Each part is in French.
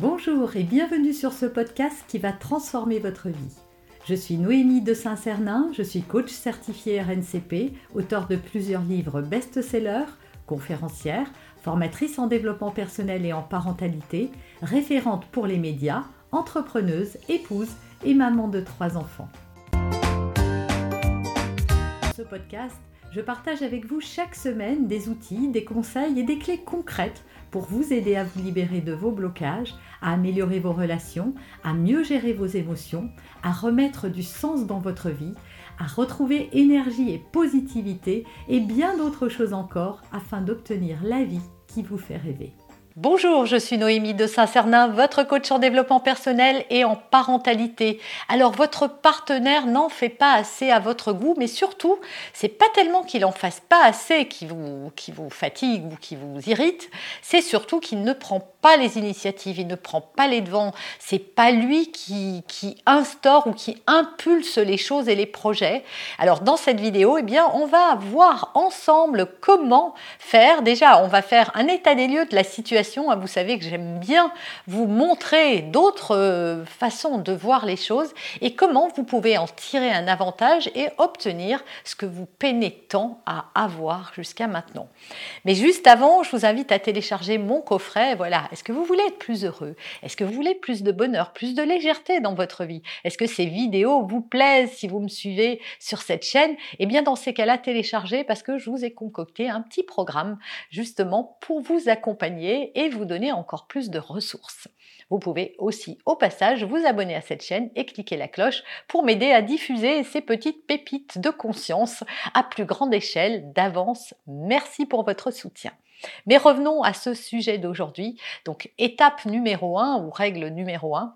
Bonjour et bienvenue sur ce podcast qui va transformer votre vie. Je suis Noémie de Saint-Cernin, je suis coach certifiée RNCP, auteure de plusieurs livres best-sellers, conférencière, formatrice en développement personnel et en parentalité, référente pour les médias, entrepreneuse, épouse et maman de 3 enfants. Dans ce podcast, je partage avec vous chaque semaine des outils, des conseils et des clés concrètes pour vous aider à vous libérer de vos blocages, à améliorer vos relations, à mieux gérer vos émotions, à remettre du sens dans votre vie, à retrouver énergie et positivité et bien d'autres choses encore afin d'obtenir la vie qui vous fait rêver. Bonjour, je suis Noémie de Saint-Cernin, votre coach en développement personnel et en parentalité. Alors, votre partenaire n'en fait pas assez à votre goût, mais surtout, c'est pas tellement qu'il en fasse pas assez qui vous fatigue ou qui vous irrite, c'est surtout qu'il ne prend pas les initiatives, il ne prend pas les devants. C'est pas lui qui instaure ou qui impulse les choses et les projets. Alors, dans cette vidéo, on va voir ensemble comment faire. Déjà, on va faire un état des lieux de la situation. Vous savez que j'aime bien vous montrer d'autres façons de voir les choses et comment vous pouvez en tirer un avantage et obtenir ce que vous peinez tant à avoir jusqu'à maintenant. Mais juste avant, je vous invite à télécharger mon coffret. Voilà. Est-ce que vous voulez être plus heureux? Est-ce que vous voulez plus de bonheur, plus de légèreté dans votre vie? Est-ce que ces vidéos vous plaisent si vous me suivez sur cette chaîne? Eh bien, dans ces cas-là, téléchargez parce que je vous ai concocté un petit programme justement pour vous accompagner et vous donner encore plus de ressources. Vous pouvez aussi, au passage, vous abonner à cette chaîne et cliquer la cloche pour m'aider à diffuser ces petites pépites de conscience à plus grande échelle. D'avance, merci pour votre soutien. Mais revenons à ce sujet d'aujourd'hui. Donc, étape numéro 1 ou règle numéro 1.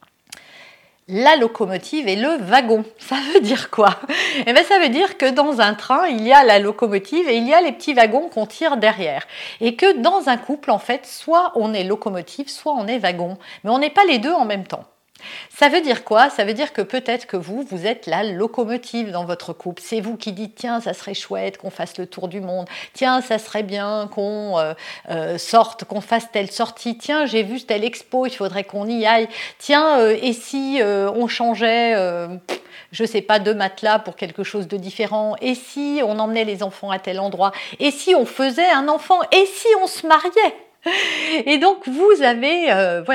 La locomotive et le wagon. Ça veut dire quoi? Ça veut dire que dans un train, il y a la locomotive et il y a les petits wagons qu'on tire derrière. Et que dans un couple, en fait, soit on est locomotive, soit on est wagon. Mais on n'est pas les deux en même temps. Ça veut dire quoi? Ça veut dire que peut-être que vous êtes la locomotive dans votre couple. C'est vous qui dites, tiens, ça serait chouette qu'on fasse le tour du monde. Tiens, ça serait bien qu'on sorte, qu'on fasse telle sortie. Tiens, j'ai vu telle expo, il faudrait qu'on y aille. Tiens, et si on changeait, je sais pas, de matelas pour quelque chose de différent? Et si on emmenait les enfants à tel endroit? Et si on faisait un enfant? Et si on se mariait? Et donc vous avez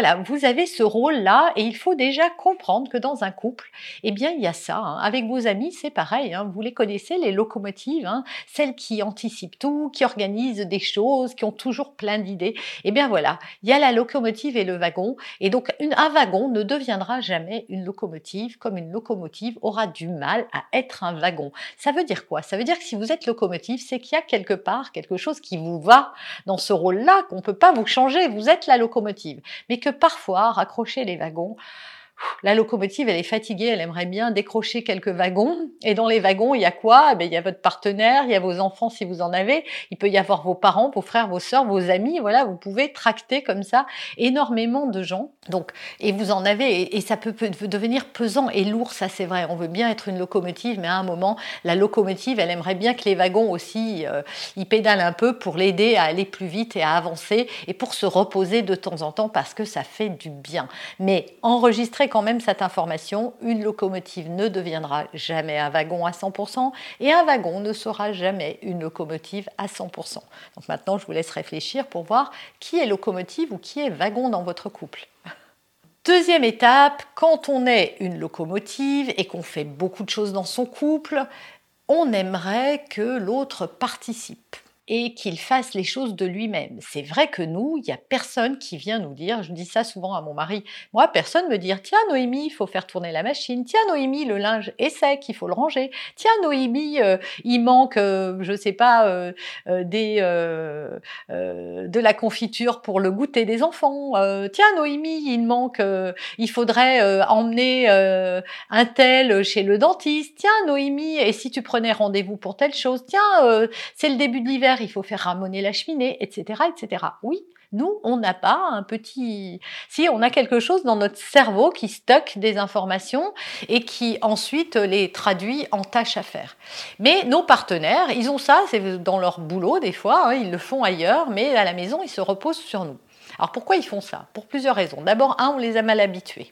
ce rôle-là et il faut déjà comprendre que dans un couple, il y a ça. Avec vos amis, c'est pareil. Vous les connaissez, les locomotives, celles qui anticipent tout, qui organisent des choses, qui ont toujours plein d'idées. Il y a la locomotive et le wagon. Et donc un wagon ne deviendra jamais une locomotive, comme une locomotive aura du mal à être un wagon. Ça veut dire quoi? Ça veut dire que si vous êtes locomotive, c'est qu'il y a quelque part quelque chose qui vous va dans ce rôle-là qu'on peut pas vous changer, vous êtes la locomotive. Mais que parfois, raccrocher les wagons, la locomotive, elle est fatiguée, elle aimerait bien décrocher quelques wagons. Et dans les wagons, il y a quoi? Il y a votre partenaire, il y a vos enfants si vous en avez, il peut y avoir vos parents, vos frères, vos sœurs, vos amis. Voilà, vous pouvez tracter comme ça énormément de gens. Donc, et vous en avez, et ça peut devenir pesant et lourd, ça c'est vrai. On veut bien être une locomotive, mais à un moment, la locomotive, elle aimerait bien que les wagons aussi, ils pédalent un peu pour l'aider à aller plus vite et à avancer et pour se reposer de temps en temps parce que ça fait du bien. Mais enregistrer quand même cette information, une locomotive ne deviendra jamais un wagon à 100% et un wagon ne sera jamais une locomotive à 100%. Donc maintenant, je vous laisse réfléchir pour voir qui est locomotive ou qui est wagon dans votre couple. Deuxième étape, quand on est une locomotive et qu'on fait beaucoup de choses dans son couple, on aimerait que l'autre participe et qu'il fasse les choses de lui-même. C'est vrai que nous, il n'y a personne qui vient nous dire, je dis ça souvent à mon mari, moi, personne me dit, tiens Noémie, il faut faire tourner la machine, tiens Noémie, le linge est sec, il faut le ranger, tiens Noémie, il manque, de la confiture pour le goûter des enfants, tiens Noémie, il manque, il faudrait emmener un tel chez le dentiste, tiens Noémie, et si tu prenais rendez-vous pour telle chose, tiens, c'est le début de l'hiver, il faut faire ramoner la cheminée, etc., etc. Oui, nous, on n'a pas un petit... Si, on a quelque chose dans notre cerveau qui stocke des informations et qui ensuite les traduit en tâches à faire. Mais nos partenaires, ils ont ça, c'est dans leur boulot des fois, ils le font ailleurs, mais à la maison, ils se reposent sur nous. Alors pourquoi ils font ça? Pour plusieurs raisons. D'abord, on les a mal habitués.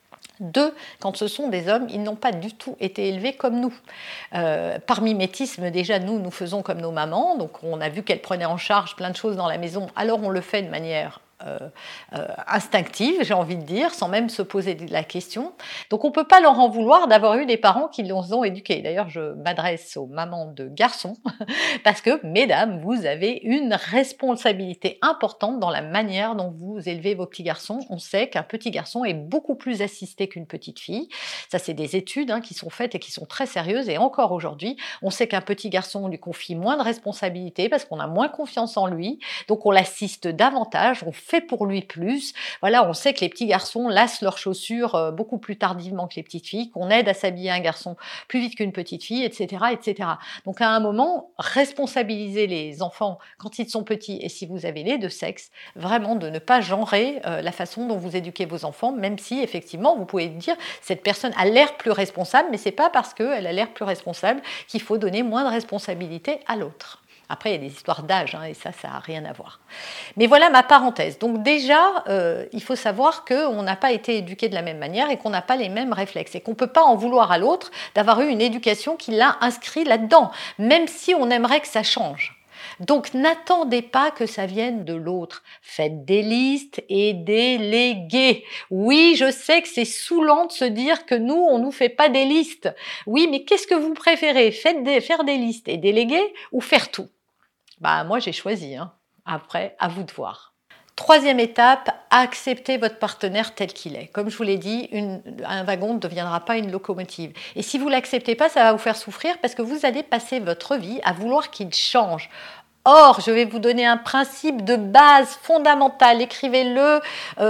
2, quand ce sont des hommes, ils n'ont pas du tout été élevés comme nous. Par mimétisme, déjà, nous faisons comme nos mamans, donc on a vu qu'elles prenaient en charge plein de choses dans la maison, alors on le fait de manière instinctive, j'ai envie de dire, sans même se poser la question. Donc on ne peut pas leur en vouloir d'avoir eu des parents qui les ont éduqués. D'ailleurs, je m'adresse aux mamans de garçons, parce que, mesdames, vous avez une responsabilité importante dans la manière dont vous élevez vos petits garçons. On sait qu'un petit garçon est beaucoup plus assisté qu'une petite fille. Ça, c'est des études qui sont faites et qui sont très sérieuses. Et encore aujourd'hui, on sait qu'un petit garçon, on lui confie moins de responsabilités parce qu'on a moins confiance en lui. Donc on l'assiste davantage, on fait pour lui plus. Voilà, on sait que les petits garçons lassent leurs chaussures beaucoup plus tardivement que les petites filles, qu'on aide à s'habiller un garçon plus vite qu'une petite fille, etc., etc. Donc à un moment, responsabiliser les enfants quand ils sont petits, et si vous avez les deux sexes, vraiment de ne pas genrer la façon dont vous éduquez vos enfants, même si effectivement vous pouvez dire cette personne a l'air plus responsable, mais c'est pas parce qu'elle a l'air plus responsable qu'il faut donner moins de responsabilité à l'autre. Après, il y a des histoires d'âge, et ça n'a rien à voir. Mais voilà ma parenthèse. Donc déjà, il faut savoir qu'on n'a pas été éduqué de la même manière et qu'on n'a pas les mêmes réflexes. Et qu'on ne peut pas en vouloir à l'autre d'avoir eu une éducation qui l'a inscrit là-dedans, même si on aimerait que ça change. Donc n'attendez pas que ça vienne de l'autre. Faites des listes et déléguez. Oui, je sais que c'est saoulant de se dire que nous, on nous fait pas des listes. Oui, mais qu'est-ce que vous préférez? Faire des listes et déléguer ou faire tout? Moi, j'ai choisi. Après, à vous de voir. Troisième étape, acceptez votre partenaire tel qu'il est. Comme je vous l'ai dit, un wagon ne deviendra pas une locomotive. Et si vous ne l'acceptez pas, ça va vous faire souffrir parce que vous allez passer votre vie à vouloir qu'il change. Or, je vais vous donner un principe de base fondamental. Écrivez-le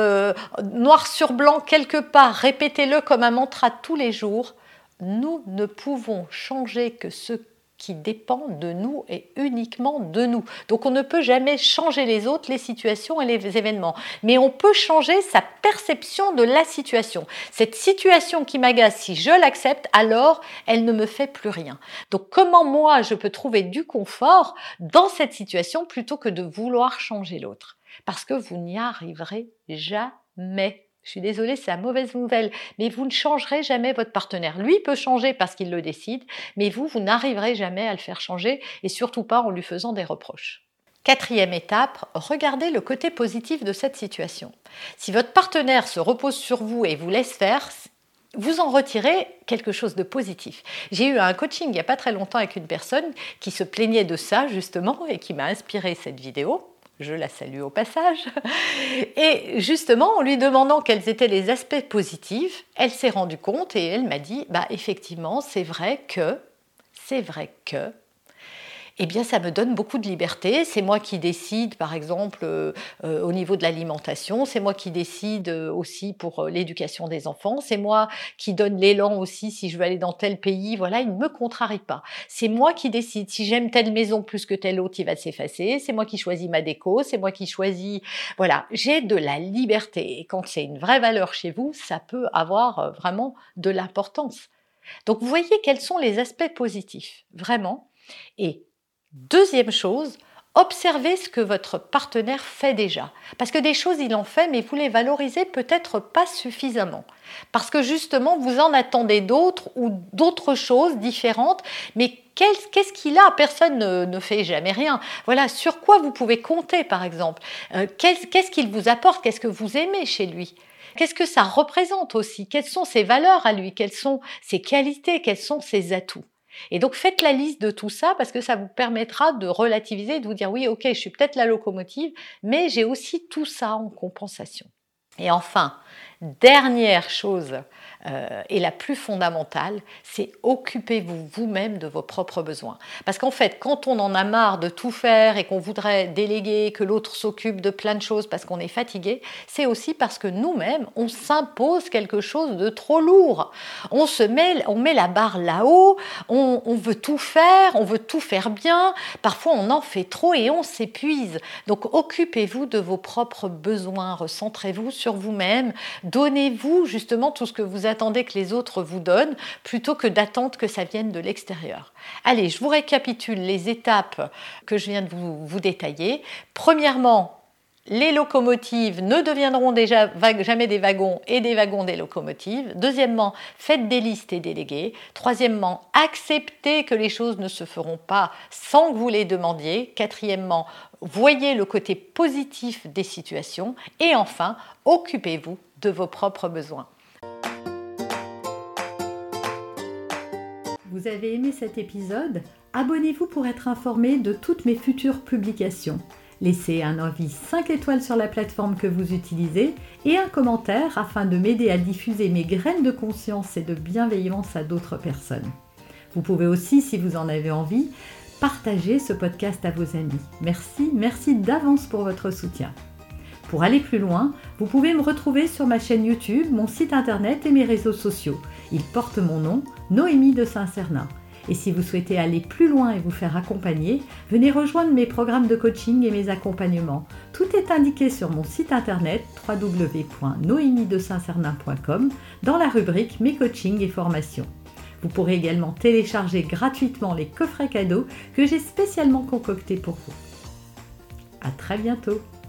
noir sur blanc quelque part. Répétez-le comme un mantra tous les jours. Nous ne pouvons changer que ce qui dépend de nous et uniquement de nous. Donc on ne peut jamais changer les autres, les situations et les événements. Mais on peut changer sa perception de la situation. Cette situation qui m'agace, si je l'accepte, alors elle ne me fait plus rien. Donc comment moi je peux trouver du confort dans cette situation plutôt que de vouloir changer l'autre? Parce que vous n'y arriverez jamais. Je suis désolée, c'est la mauvaise nouvelle, mais vous ne changerez jamais votre partenaire. Lui peut changer parce qu'il le décide, mais vous n'arriverez jamais à le faire changer et surtout pas en lui faisant des reproches. Quatrième étape, regardez le côté positif de cette situation. Si votre partenaire se repose sur vous et vous laisse faire, vous en retirez quelque chose de positif. J'ai eu un coaching il n'y a pas très longtemps avec une personne qui se plaignait de ça justement et qui m'a inspiré cette vidéo. Je la salue au passage. Et justement, en lui demandant quels étaient les aspects positifs, elle s'est rendue compte et elle m'a dit effectivement, c'est vrai que, eh bien, ça me donne beaucoup de liberté. C'est moi qui décide, par exemple, au niveau de l'alimentation. C'est moi qui décide aussi pour l'éducation des enfants. C'est moi qui donne l'élan aussi si je veux aller dans tel pays. Voilà, il ne me contrarie pas. C'est moi qui décide. Si j'aime telle maison plus que telle autre, il va s'effacer. C'est moi qui choisis ma déco. C'est moi qui choisis... Voilà, j'ai de la liberté. Et quand c'est une vraie valeur chez vous, ça peut avoir vraiment de l'importance. Donc, vous voyez quels sont les aspects positifs, vraiment. Et deuxième chose, observez ce que votre partenaire fait déjà. Parce que des choses, il en fait, mais vous les valorisez peut-être pas suffisamment. Parce que justement, vous en attendez d'autres ou d'autres choses différentes, mais qu'est-ce qu'il a? Personne ne fait jamais rien. Voilà, sur quoi vous pouvez compter, par exemple? Qu'est-ce qu'il vous apporte? Qu'est-ce que vous aimez chez lui? Qu'est-ce que ça représente aussi? Quelles sont ses valeurs à lui? Quelles sont ses qualités? Quels sont ses atouts? Et donc faites la liste de tout ça parce que ça vous permettra de relativiser et de vous dire oui, ok, je suis peut-être la locomotive, mais j'ai aussi tout ça en compensation. Et enfin, dernière chose et la plus fondamentale, c'est occupez-vous vous-même de vos propres besoins. Parce qu'en fait, quand on en a marre de tout faire et qu'on voudrait déléguer, que l'autre s'occupe de plein de choses parce qu'on est fatigué, c'est aussi parce que nous-mêmes, on s'impose quelque chose de trop lourd. On met la barre là-haut, on veut tout faire bien, parfois on en fait trop et on s'épuise. Donc occupez-vous de vos propres besoins, recentrez-vous sur vous-même, donnez-vous justement tout ce que vous attendez que les autres vous donnent, plutôt que d'attendre que ça vienne de l'extérieur. Allez, je vous récapitule les étapes que je viens de vous détailler. Premièrement, les locomotives ne deviendront jamais des wagons et des wagons des locomotives. Deuxièmement, faites des listes et déléguez. Troisièmement, acceptez que les choses ne se feront pas sans que vous les demandiez. Quatrièmement, voyez le côté positif des situations. Et enfin, occupez-vous de vos propres besoins. Vous avez aimé cet épisode ? Abonnez-vous pour être informé de toutes mes futures publications. Laissez un avis 5 étoiles sur la plateforme que vous utilisez et un commentaire afin de m'aider à diffuser mes graines de conscience et de bienveillance à d'autres personnes. Vous pouvez aussi, si vous en avez envie, partager ce podcast à vos amis. Merci d'avance pour votre soutien. Pour aller plus loin, vous pouvez me retrouver sur ma chaîne YouTube, mon site internet et mes réseaux sociaux. Ils portent mon nom, Noémie de Saint-Cernin. Et si vous souhaitez aller plus loin et vous faire accompagner, venez rejoindre mes programmes de coaching et mes accompagnements. Tout est indiqué sur mon site internet www.noemidesintcernin.com dans la rubrique Mes coachings et formations. Vous pourrez également télécharger gratuitement les coffrets cadeaux que j'ai spécialement concoctés pour vous. À très bientôt.